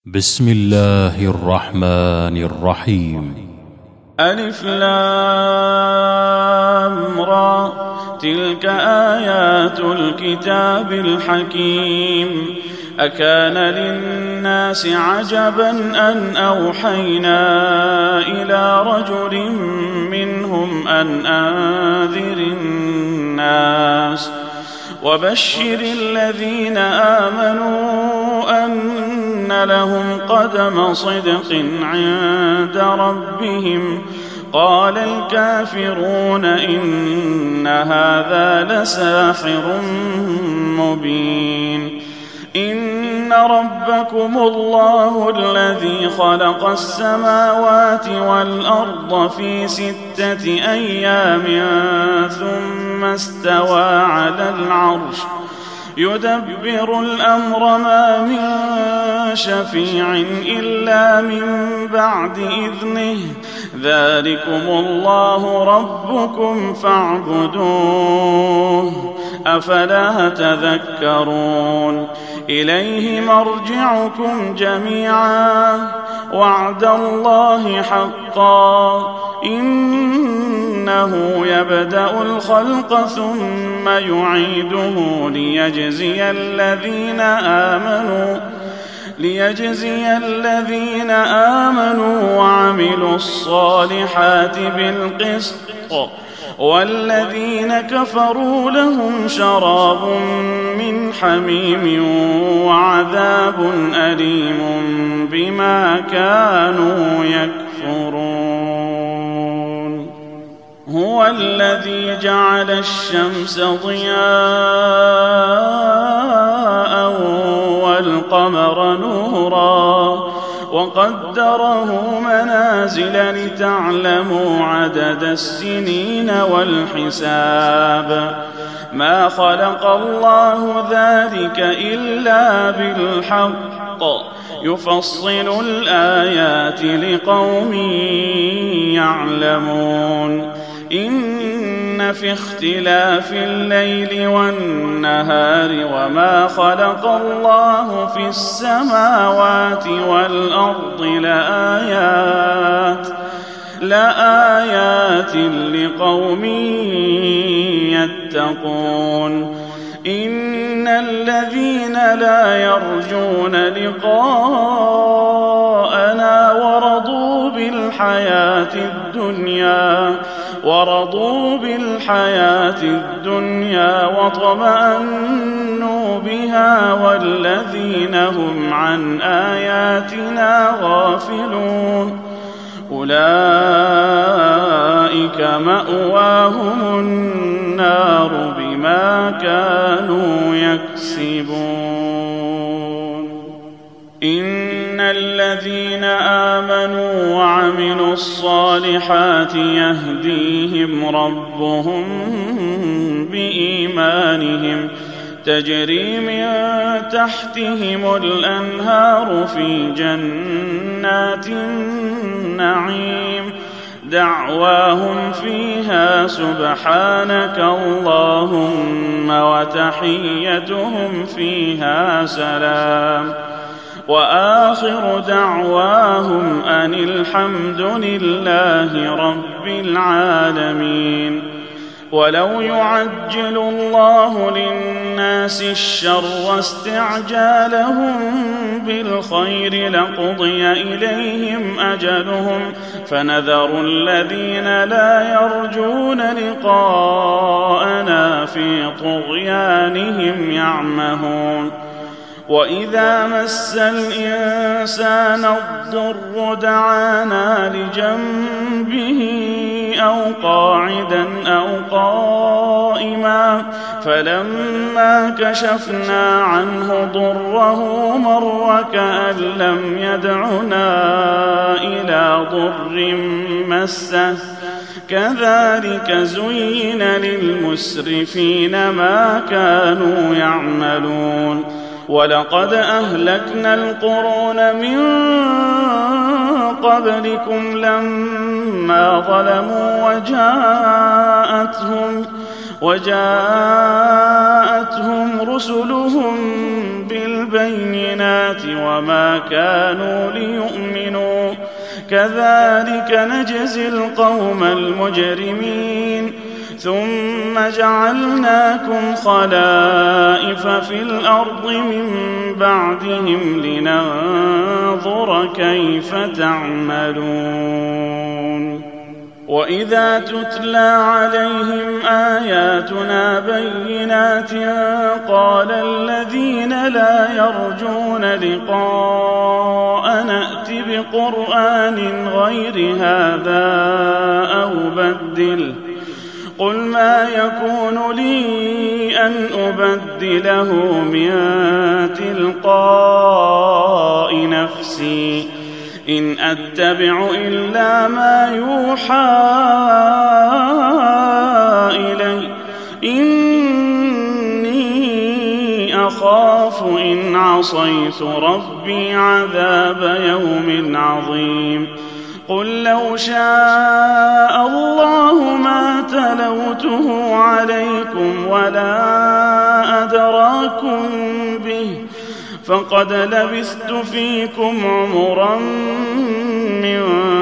بسم الله الرحمن الرحيم. ألف لام را، تلك آيات الكتاب الحكيم. أكان للناس عجبا أن أوحينا إلى رجل منهم أن أنذر الناس وبشر الذين آمنوا أن لهم قدم صدق عند ربهم. قال الكافرون إن هذا لساحر مبين. إن ربكم الله الذي خلق السماوات والأرض في 6 أيام ثم استوى على العرش يدبر الأمر ما من شفيع إلا من بعد إذنه. ذلكم الله ربكم فاعبدوه أفلا تذكرون. إليه مرجعكم جميعا وعد الله حقا إنه يبدأ الخلق ثم يعيده ليجزي الذين آمنوا وعملوا الصالحات بالقسط، والذين كفروا لهم شراب من حميم وعذاب أليم بما كانوا يكفرون. هو الذي جعل الشمس ضياء والقمر نورا وقدره منازل لتعلموا عدد السنين والحساب. ما خلق الله ذلك إلا بالحق يفصل الآيات لقوم يعلمون. إن في اختلاف الليل والنهار وما خلق الله في السماوات والأرض لآيات لقوم يتقون. إن الذين لا يرجون لقاءنا ورضوا بالحياة الدنيا واطمأنوا بها والذين هم عن آياتنا غافلون أولئك مأواهم النار بما كانوا يكسبون. إن الذين آمنوا وعملوا الصالحات يهديهم ربهم بإيمانهم تجري من تحتهم الأنهار في جنات النعيم دعواهم فيها سبحانك اللهم وتحيتهم فيها سلام وآخر دعواهم أن الحمد لله رب العالمين. ولو يعجل الله للناس الشر استعجالهم بالخير لقضي إليهم أجلهم فنذر الذين لا يرجون لقاءنا في طغيانهم يعمهون. وإذا مس الإنسان الضر دعانا لجنبه أو قاعدا أو قائما فلما كشفنا عنه ضره مر كأن لم يدعنا إلى ضر مسه كذلك زين للمسرفين ما كانوا يعملون. ولقد أهلكنا القرون من قبلكم لما ظلموا وجاءتهم رسلهم بالبينات بالبينات وما كانوا ليؤمنوا كذلك نجزي القوم المجرمين ثم جعلناكم خلائف في الأرض من بعدهم لننظر كيف تعملون وإذا تتلى عليهم آياتنا بينات قال الذين لا يرجون لقاءنا ائت بقرآن غير هذا أو بدله قل ما يكون لي أن أبدله من تلقاء نفسي إن أتبع إلا ما يوحى إلي إني أخاف إن عصيت ربي عذاب يوم عظيم قل لو شاء الله ما تلوته عليكم ولا أدراكم به فقد لبثت فيكم عمرا من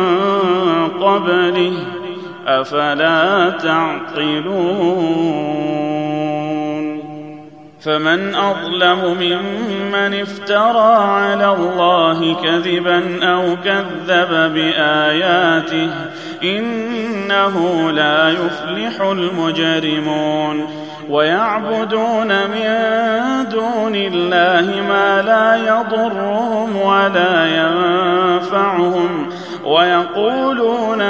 قبله أفلا تعقلون فمن أظلم ممن افترى على الله كذبا أو كذب بآياته إنه لا يفلح المجرمون ويعبدون من دون الله ما لا يضرهم ولا ينفعهم ويقولون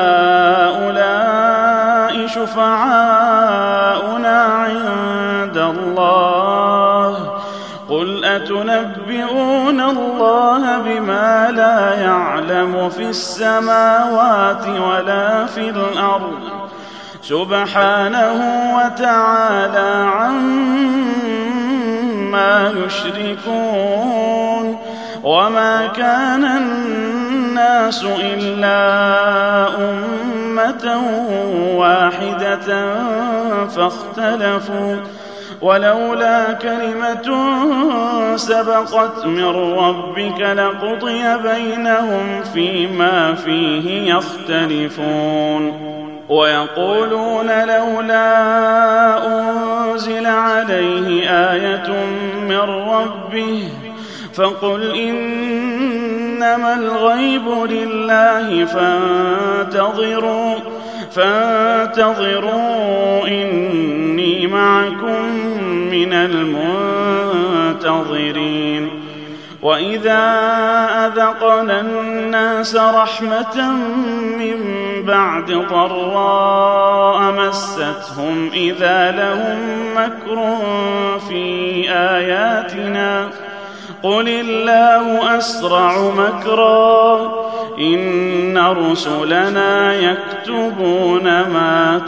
هؤلاء شفعاؤنا عند الله قل أتنبئون الله بما لا يعلم في السماوات ولا في الأرض سبحانه وتعالى عما يشركون وما كان الناس إلا أمة واحدة فاختلفوا ولولا كلمة سبقت من ربك لقضي بينهم فيما فيه يختلفون ويقولون لولا أنزل عليه آية من ربه فقل إنما الغيب لله فانتظروا إني معكم من المنتظرين وإذا أذقنا الناس رحمة من بعد ضراء مستهم إذا لهم مكر في آياتنا قل الله أسرع مكرا إن رسلنا يكتبون ما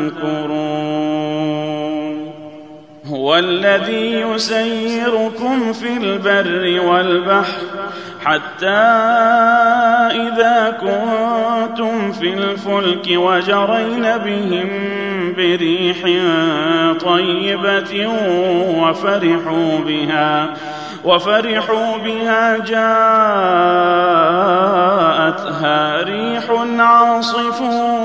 تمكرون هو الذي يسيركم في البر والبحر حتى إذا كنتم في الفلك وجرين بهم بريح طيبة وفرحوا بها جاءتها ريح عاصف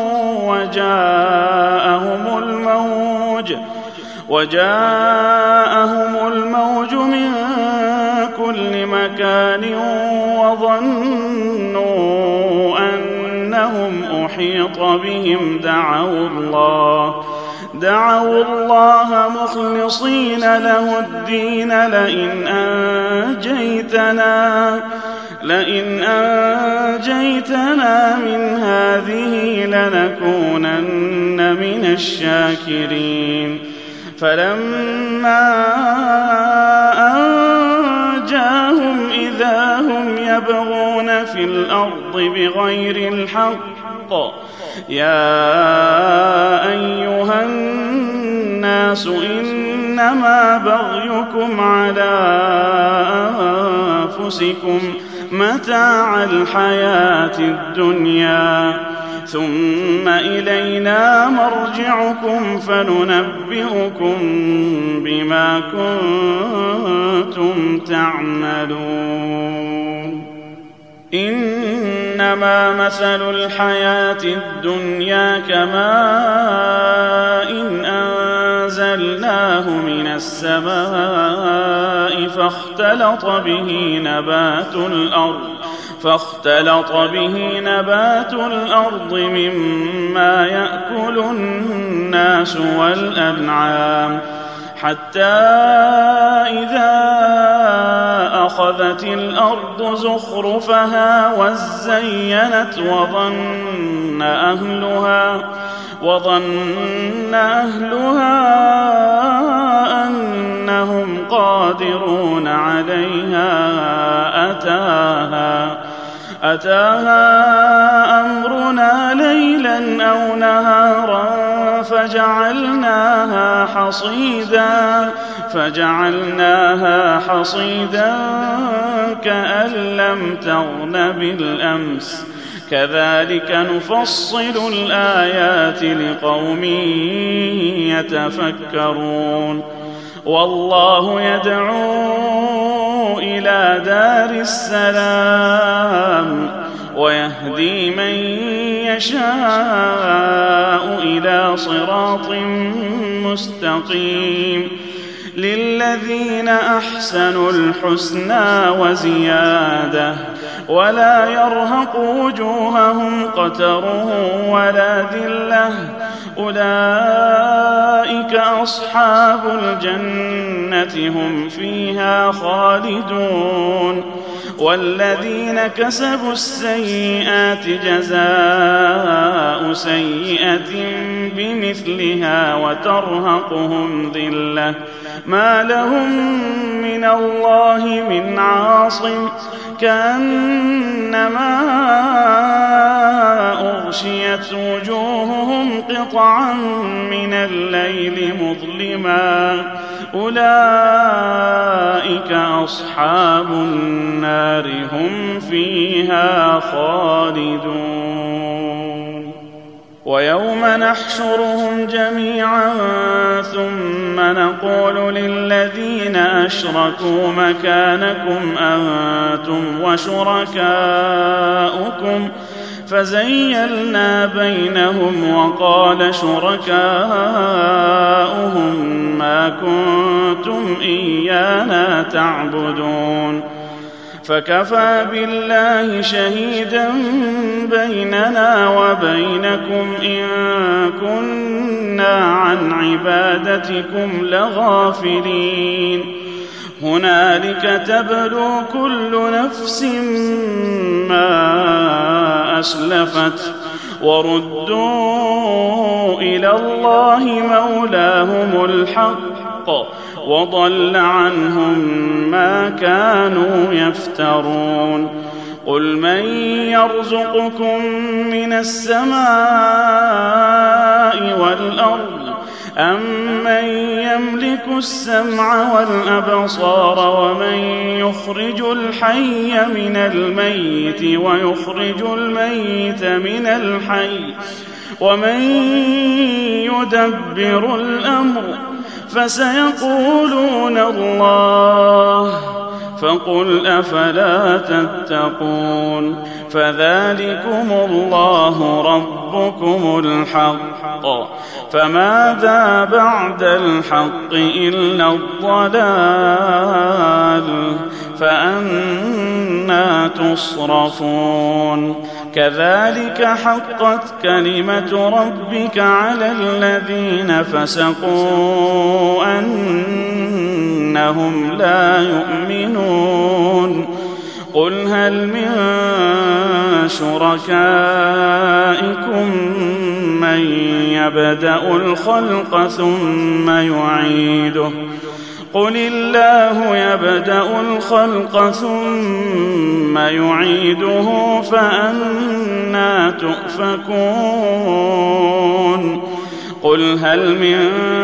وجاءهم الموج من كل مكان وظنوا أنهم أحيط بهم دعوا الله مخلصين له الدين لئن أنجيتنا من هذه لنكونن من الشاكرين فلما أنجاهم إذا هم يبغون في الأرض بغير الحق يا أيها الناس إنما بغيكم على أنفسكم متاع الحياة الدنيا ثم إلينا مرجعكم فننبئكم بما كنتم تعملون. إنما مثل الحياة الدنيا كماء أنزلناه من السماء فاختلط به نبات الأرض مما يأكل الناس والأنعام حتى إذا أخذت الأرض زخرفها وزينت وظن أهلها أنهم قادرون عليها أتاها أمرنا ليلا أو نهارا فجعلناها حصيدا كأن لم تغن بالأمس كذلك نفصل الآيات لقوم يتفكرون. والله يدعو إلى دار السلام ويهدي من يشاء إلى صراط مستقيم. للذين أحسنوا الحسنى وزيادة ولا يرهق وجوههم قتر ولا ذلة أولئك أصحاب الجنة هم فيها خالدون. والذين كسبوا السيئات جزاء سيئة بمثلها وترهقهم ذلة ما لهم من الله من عاصم كأنما أغشيت وجوههم قطعا من الليل مظلما أولئك أصحاب النار هم فيها خالدون. ويوم نحشرهم جميعا ثم نقول للذين أشركوا مكانكم أنتم وشركاؤكم فزيلنا بينهم وقال شركاؤهم ما كنتم إيانا تعبدون فكفى بالله شهيدا بيننا وبينكم إن كنا عن عبادتكم لغافلين. هنالك تبلو كل نفس ما أسلفت وردوا إلى الله مولاهم الحق وضل عنهم ما كانوا يفترون. قل من يرزقكم من السماء والأرض أم من يملك السمع والأبصار ومن يخرج الحي من الميت ويخرج الميت من الحي ومن يدبر الأمر فسيقولون الله فقل أفلا تتقون. فذلكم الله ربكم الحق فماذا بعد الحق إلا الضلال فأنى تصرفون. كذلك حقت كلمة ربك على الذين فسقوا أنهم لا يؤمنون. قل هل من شركائكم من يبدأ الخلق ثم يعيده قل الله يبدأ الخلق ثم يعيده فأنى تؤفكون. قل هل من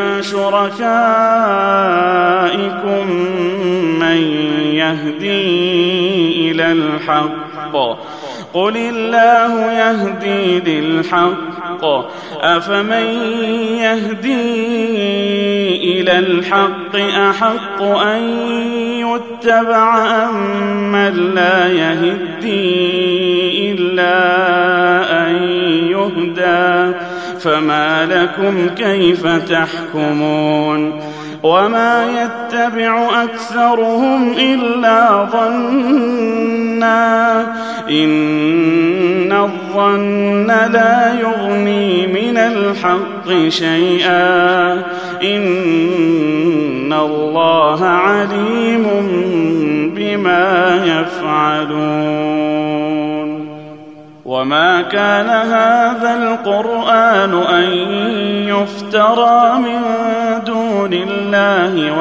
شركائكم من يهدي إلى الحق قل الله يهدي للحق أفمن يهدي إلى الحق أحق أن يتبع أم من لا يهدي إلا أن يهدى فما لكم كيف تحكمون وما يتبع أكثرهم إلا ظنا إن الظن لا يغني من الحق شيئا إن الله عليم بما يفعلون وما كان هذا القرآن أن يفترى من دون الله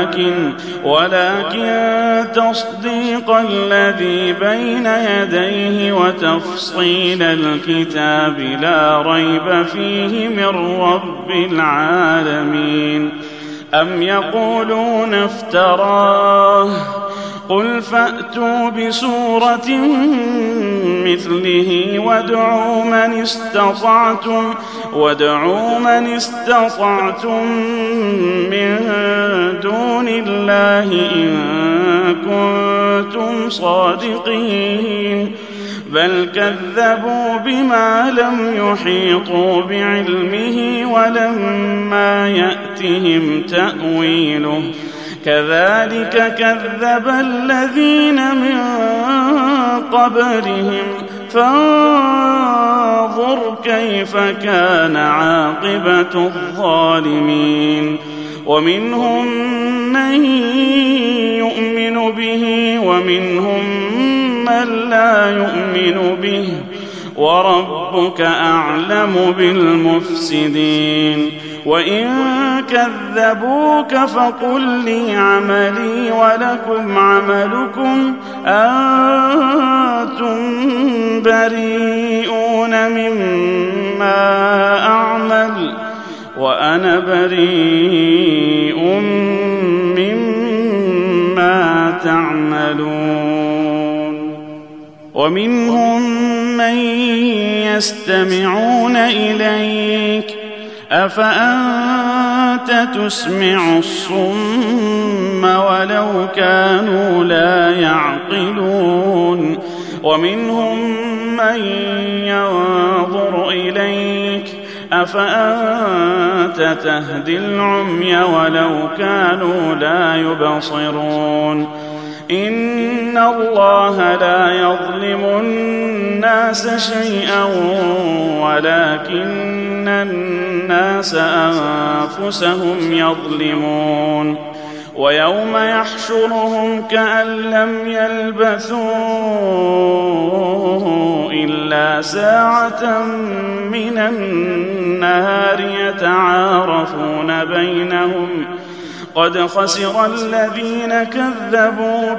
ولكن تصديق الذي بين يديه وتفصيل الكتاب لا ريب فيه من رب العالمين أم يقولون افتراه قل فأتوا بسورة مثله وادعوا من استطعتم من دون الله إن كنتم صادقين بل كذبوا بما لم يحيطوا بعلمه ولما يأتهم تأويله كذلك كذب الذين من قبلهم فانظر كيف كان عاقبة الظالمين ومنهم من يؤمن به ومنهم من لا يؤمن به وربك أعلم بالمفسدين وإن كذبوك فقل لي عملي ولكم عملكم أنتم بريئون مما أعمل وأنا بريء مما تعملون ومنهم من يستمعون إليك أفأنت تسمع الصم ولو كانوا لا يعقلون ومنهم من ينظر إليك أفأنت تهدي العمي ولو كانوا لا يبصرون إن الله لا يظلم الناس شيئا ولكن الناس أنفسهم يظلمون ويوم يحشرهم كأن لم يلبثوا إلا ساعة من النهار يتعارفون بينهم قد خسر الذين كذبوا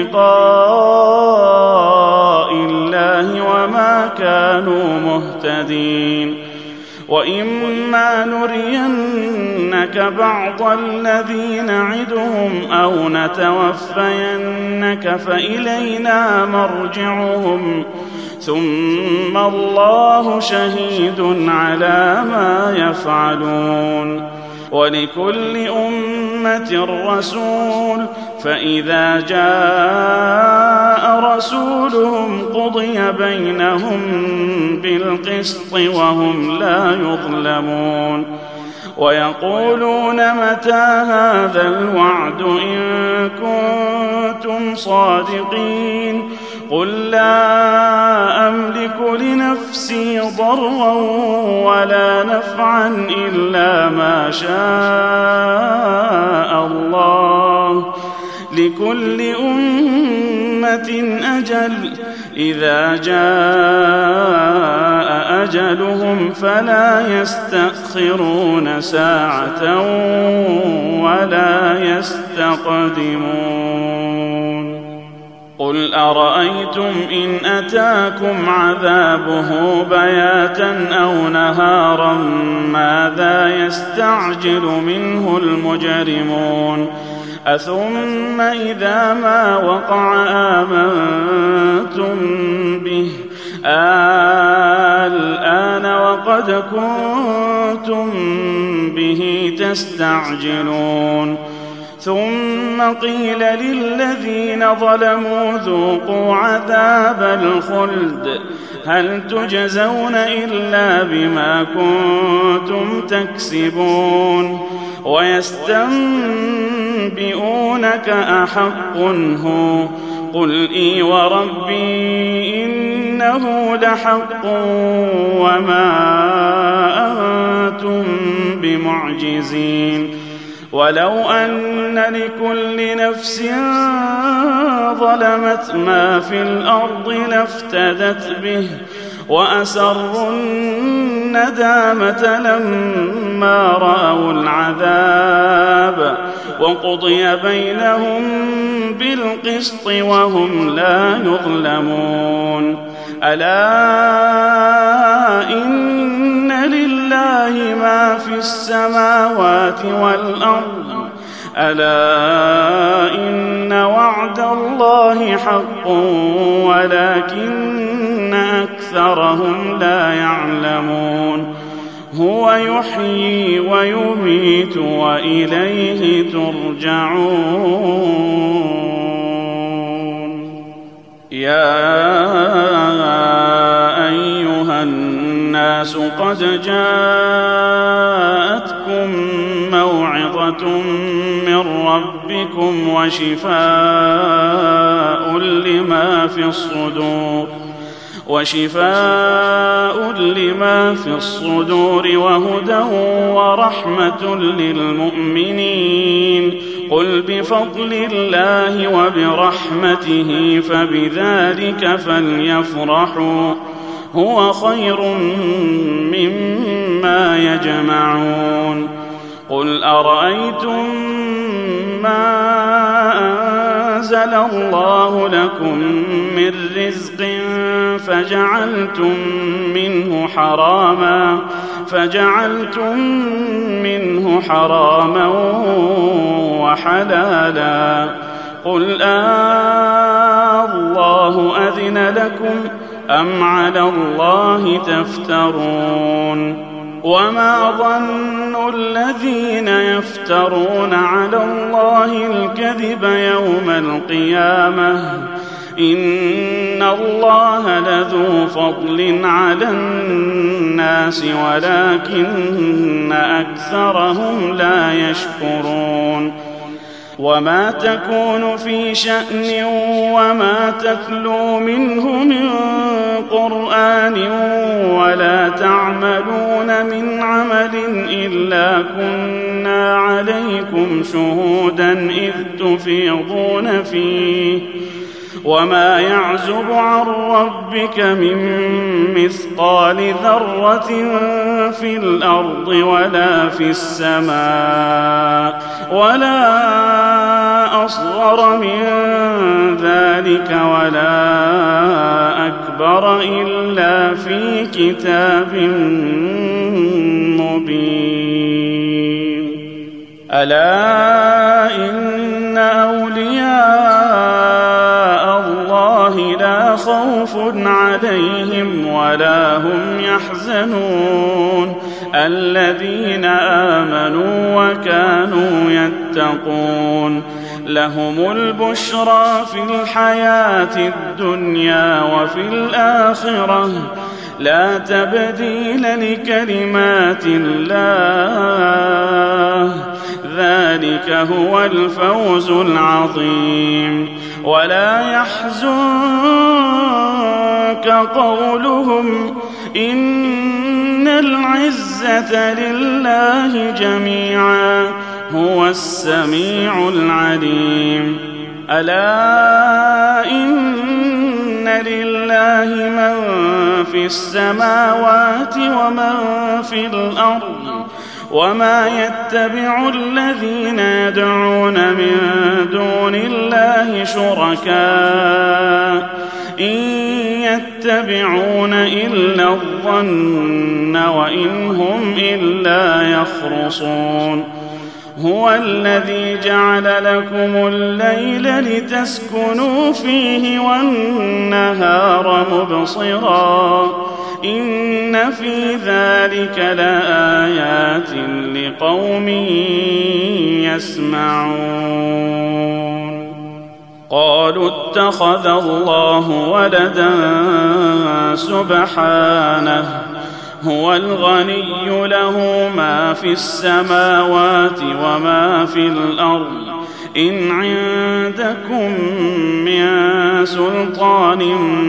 بلقاء الله وما كانوا مهتدين وإما نرينك بعض الذي نعدهم أو نتوفينك فإلينا مرجعهم ثم الله شهيد على ما يفعلون ولكل أمة رسول فإذا جاء رسولهم قضي بينهم بالقسط وهم لا يظلمون ويقولون متى هذا الوعد إن كنتم صادقين قل لا أملك لنفسي ضرا ولا نفعا إلا ما شاء الله لكل أمة أجل إذا جاء أجلهم فلا يستأخرون ساعة ولا يستقدمون قل أرأيتم إن أتاكم عذابه بياتا أو نهارا ماذا يستعجل منه المجرمون أثم إذا ما وقع آمنتم به الآن وقد كنتم به تستعجلون ثم قيل للذين ظلموا ذوقوا عذاب الخلد هل تجزون إلا بما كنتم تكسبون ويستنبئونك أحق هو قل إي وربي إنه لحق وما أنتم بمعجزين ولو أن لكل نفس ظلمت ما في الأرض لافتدت به وأسروا الندامة لما رأوا العذاب وقضي بينهم بالقسط وهم لا يظلمون ألا إن لله ما في السماوات والأرض ألا إن وعد الله حق ولكن أكثرهم لا يعلمون هو يحيي ويميت وإليه ترجعون يا أيها الناس قد جاءتكم موعظة من ربكم وشفاء لما في الصدور وهدى ورحمة للمؤمنين قل بفضل الله وبرحمته فبذلك فليفرحوا هو خير مما يجمعون قل أرأيتم ما أنزل الله لكم من رزق فجعلتم منه حراما وحلالا قل الله أذن لكم أم على الله تفترون وما ظن الذين يفترون على الله الكذب يوم القيامة إن الله لذو فضل على الناس ولكن أكثرهم لا يشكرون وما تكون في شأن وما تتلو منه من قرآن ولا تعملون من عمل إلا كنا عليكم شهودا إذ تفيضون فيه وما يعزب عن ربك من مثقال ذرة في الأرض ولا في السماء ولا أصغر من ذلك ولا أكبر إلا في كتاب مبين ألا إن أولياء الله لا خوف عليهم ولا هم يحزنون الذين آمنوا وكانوا يتقون لهم البشرى في الحياة الدنيا وفي الآخرة لا تبديل لكلمات الله ذلك هو الفوز العظيم ولا يحزنك قولهم إن العزة لله جميعا هو السميع العليم ألا إن لله من في السماوات ومن في الأرض وما يتبع الذين يدعون من دون الله شركاء إن يتبعون إلا الظن وإن هم إلا يخرصون هو الذي جعل لكم الليل لتسكنوا فيه والنهار مبصرا إن في ذلك لآيات لقوم يسمعون قالوا اتخذ الله ولدا سبحانه هو الغني له ما في السماوات وما في الأرض إن عندكم من سلطان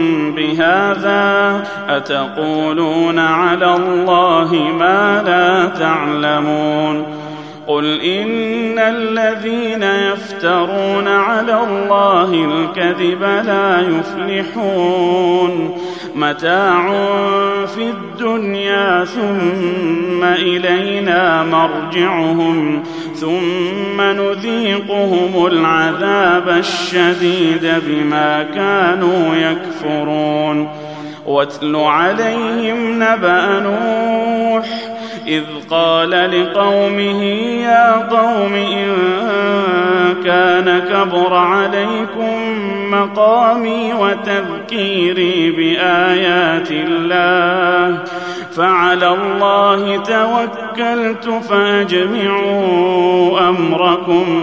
بهذا أتقولون على الله ما لا تعلمون قل إن الذين يفترون على الله الكذب لا يفلحون متاع في الدنيا ثم إلينا مرجعهم ثم نذيقهم العذاب الشديد بما كانوا يكفرون واتل عليهم نبأ نوح إذ قال لقومه يا قوم إن كان كبر عليكم مقامي وتذكيري بآيات الله فعلى الله توكلت فأجمعوا أمركم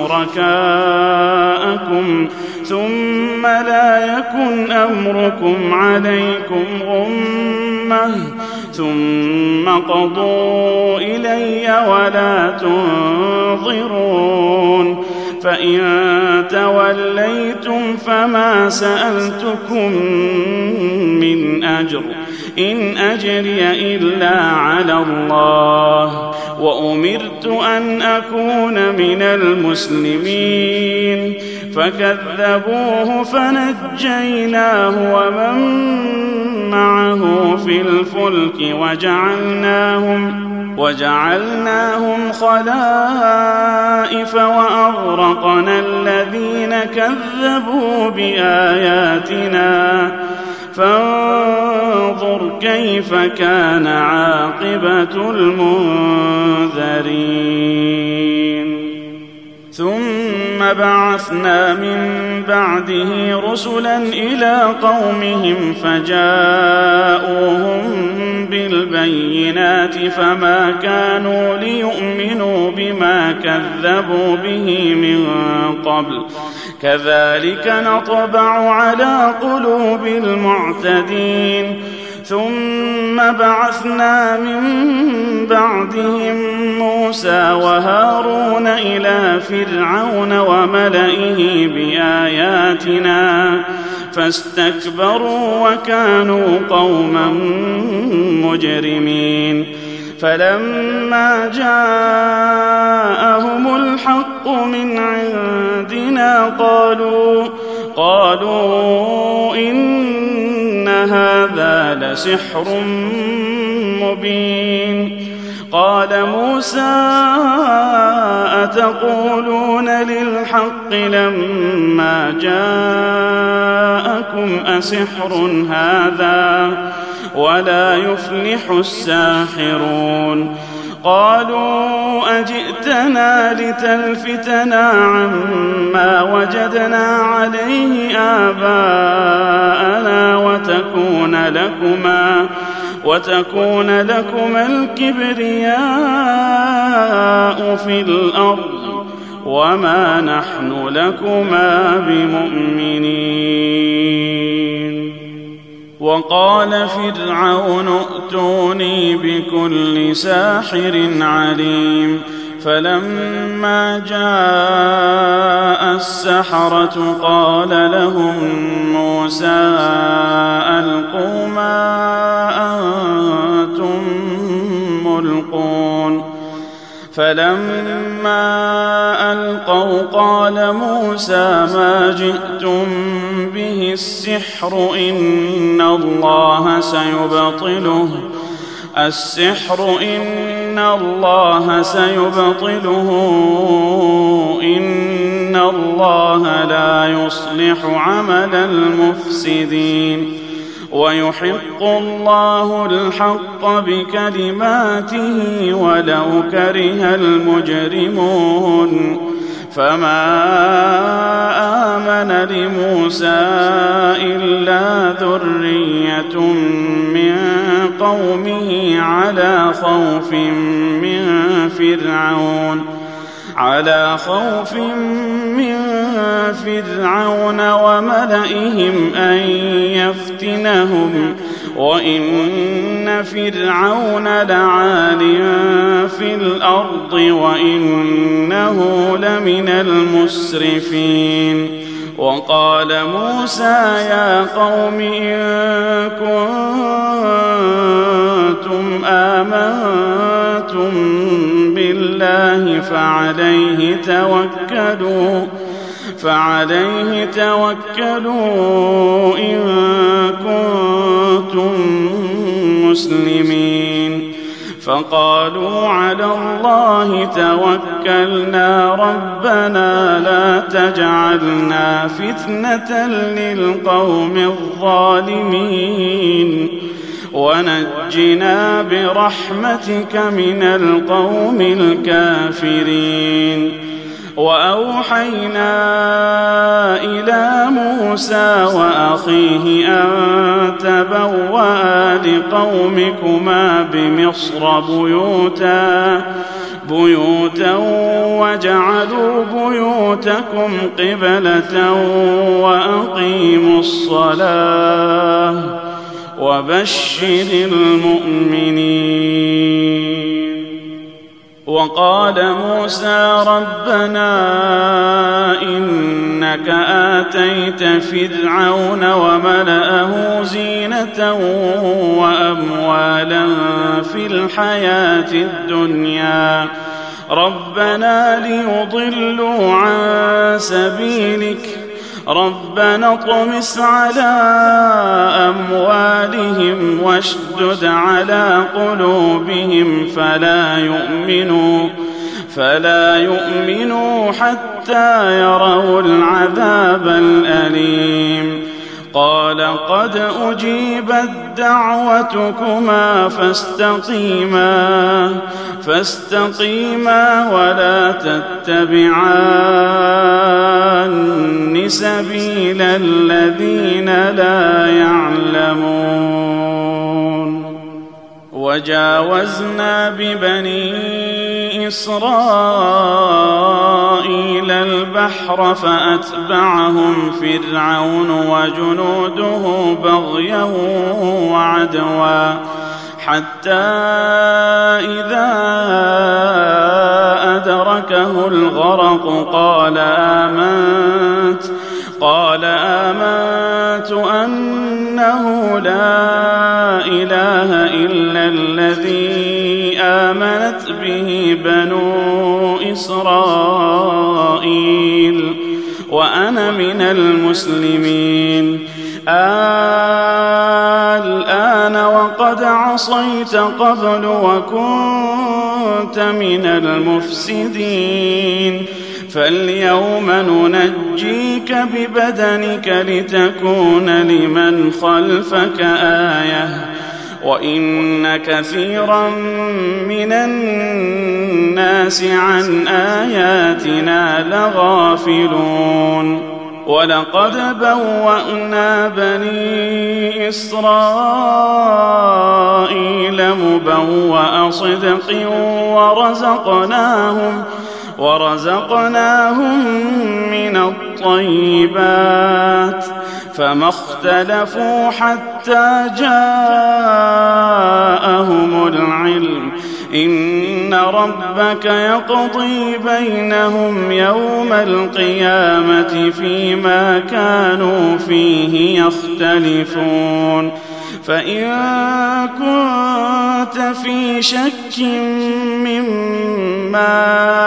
وشركاءكم ثم لا يكن أمركم عليكم غمة ثم قضوا إلي ولا تنظرون فإن توليتم فما سألتكم من أجر إن أجري إلا على الله وأمرت أن أكون من المسلمين فكذبوه فنجيناه ومن معه في الفلك وجعلناهم خلائف وأغرقنا الذين كذبوا بآياتنا فانظر كيف كان عاقبة المنذرين ثم بعثنا من بعده رسلا إلى قومهم فجاءوهم بالبينات فما كانوا ليؤمنوا بما كذبوا به من قبل كذلك نطبع على قلوب المعتدين ثم بعثنا من بعدهم موسى وهارون إلى فرعون وملئه بآياتنا فاستكبروا وكانوا قوما مجرمين فلما جاءهم الحق من عندنا قالوا إن هذا لسحر مبين قال موسى أتقولون للحق لما جاءكم أسحر هذا ولا يفلح الساحرون قالوا أجئتنا لتلفتنا عما وجدنا عليه آباءنا وتكون لكما الكبرياء في الأرض وما نحن لكما بمؤمنين وقال فرعون ائتوني بكل ساحر عليم فلما جاء السحرة قال لهم موسى ألقوا ما أنتم ملقون فلما ألقوا قال موسى ما جئتم به السحر إن الله سيبطله السحر إن إن الله سيبطله إن الله لا يصلح عمل المفسدين ويحق الله الحق بكلماته ولو كره المجرمون فما آمن لموسى إلا ذرية من قومه على خوف من فرعون وملئهم أن يفتنهم وإن فرعون لعال في الأرض وإنه لمن المسرفين وقال موسى يا قوم إن كنتم آمنتم بالله فعليه توكلوا إن كنتم مسلمين فقالوا على الله توكلنا ربنا لا تجعلنا فتنة للقوم الظالمين ونجنا برحمتك من القوم الكافرين وأوحينا إلى موسى وأخيه أن تبوأ لقومكما بمصر بيوتا وجعلوا بيوتكم قبلة وأقيموا الصلاة وبشر المؤمنين وقال موسى ربنا إنك آتيت فرعون وملأه زينة وأموالا في الحياة الدنيا ربنا ليضلوا عن سبيلك ربنا اطمس على أموالهم واشدد على قلوبهم فلا يؤمنوا حتى يروا العذاب الأليم قال قد أجيبت دعوتكما فاستقيما ولا تتبعان سبيل الذين لا يعلمون وجاوزنا ببني إسرائيل البحر فأتبعهم فرعون وجنوده بغيا وعدوا حتى إذا أدركه الغرق قال آمنت أنه لا إله إلا الذي آمنت به بنو إسرائيل وأنا من المسلمين الآن وقد عصيت قبل وكنت من المفسدين فاليوم ننجيك ببدنك لتكون لمن خلفك آية وإن كثيرا من الناس عن آياتنا لغافلون ولقد بوأنا بني إسرائيل مبوأ صدق ورزقناهم من الطيبات فما اختلفوا حتى جاءهم العلم إن ربك يقضي بينهم يوم القيامة فيما كانوا فيه يختلفون فإن كنت في شك مما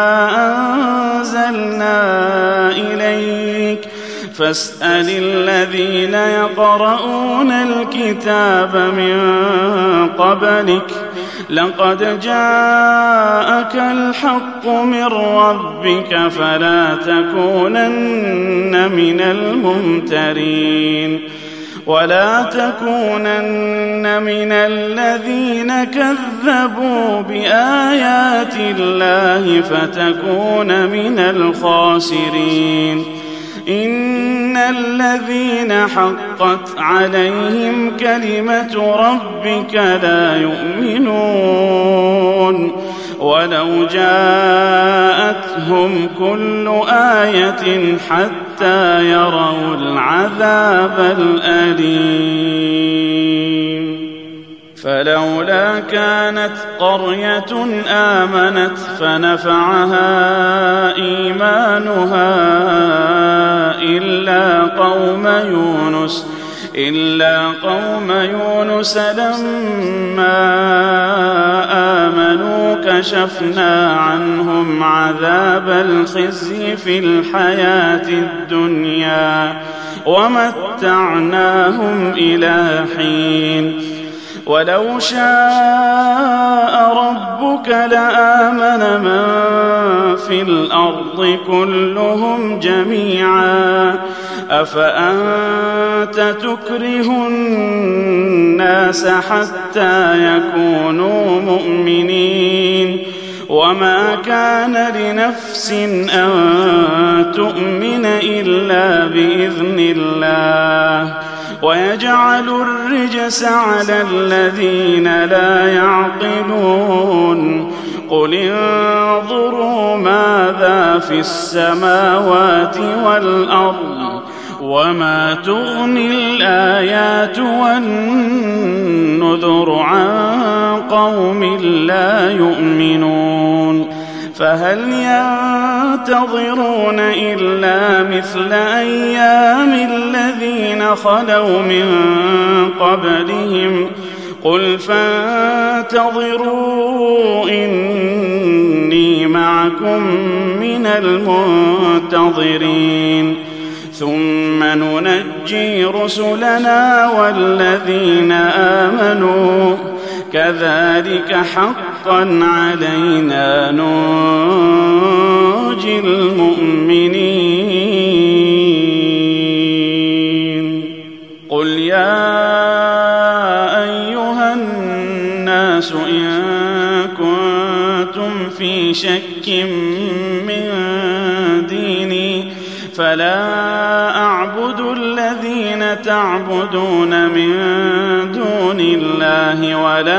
أنزلنا إليك فاسأل الذين يقرؤون الكتاب من قبلك لقد جاءك الحق من ربك فلا تكونن من الممترين ولا تكونن من الذين كذبوا بآيات الله فتكون من الخاسرين إن الذين حقت عليهم كلمة ربك لا يؤمنون ولو جاءتهم كل آية حتى يروا العذاب الأليم فلولا كانت قرية آمنت فنفعها إيمانها إلا قوم يونس لما آمنوا كشفنا عنهم عذاب الخزي في الحياة الدنيا ومتعناهم إلى حين ولو شاء ربك لآمن من في الأرض كلهم جميعا أفأنت تكره الناس حتى يكونوا مؤمنين وما كان لنفس أن تؤمن إلا بإذن الله ويجعل الرجس على الذين لا يعقلون قل انظروا ماذا في السماوات والأرض وما تغني الآيات والنذر عن قوم لا يؤمنون فهل ينتظرون إلا مثل أيام الذين خلوا من قبلهم قل فانتظروا إني معكم من المنتظرين ثم ننجي رسلنا والذين آمنوا كذلك حقا علينا ننجي المؤمنين قل يا أيها الناس إن كنتم في شك من ديني فلا أعبد الذين تعبدون من دون الله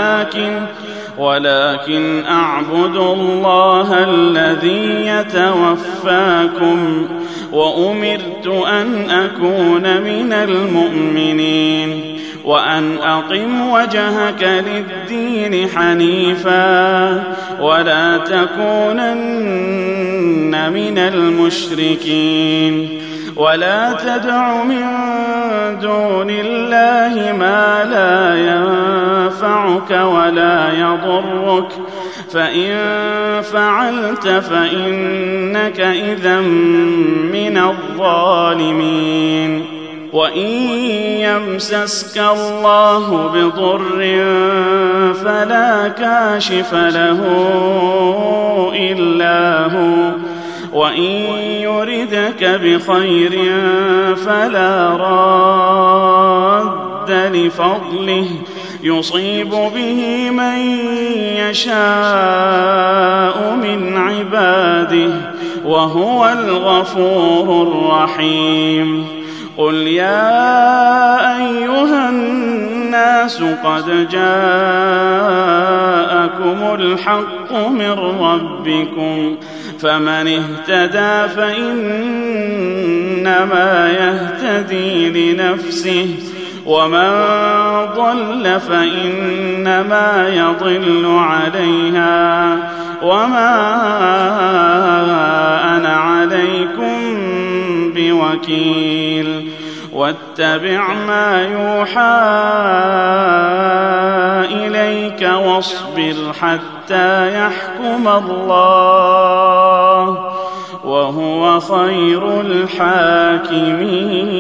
ولكن أعبد الله الذي يتوفاكم وأمرت أن أكون من المؤمنين وأن أقم وجهك للدين حنيفا ولا تكونن من المشركين ولا تدع من دون الله ما لا ينفعك ولا يضرك فإن فعلت فإنك إذا من الظالمين وإن يمسسك الله بضر فلا كاشف له إلا هو وإن يردك بخير فلا راد لفضله يصيب به من يشاء من عباده وهو الغفور الرحيم قل يا أيها الناس قد جاءكم الحق من ربكم فمن اهتدى فإنما يهتدي لنفسه ومن ضل فإنما يضل عليها وما أنا عليكم بوكيل واتبع ما يوحى إليك واصبر حتى يحكم الله وهو خير الحاكمين.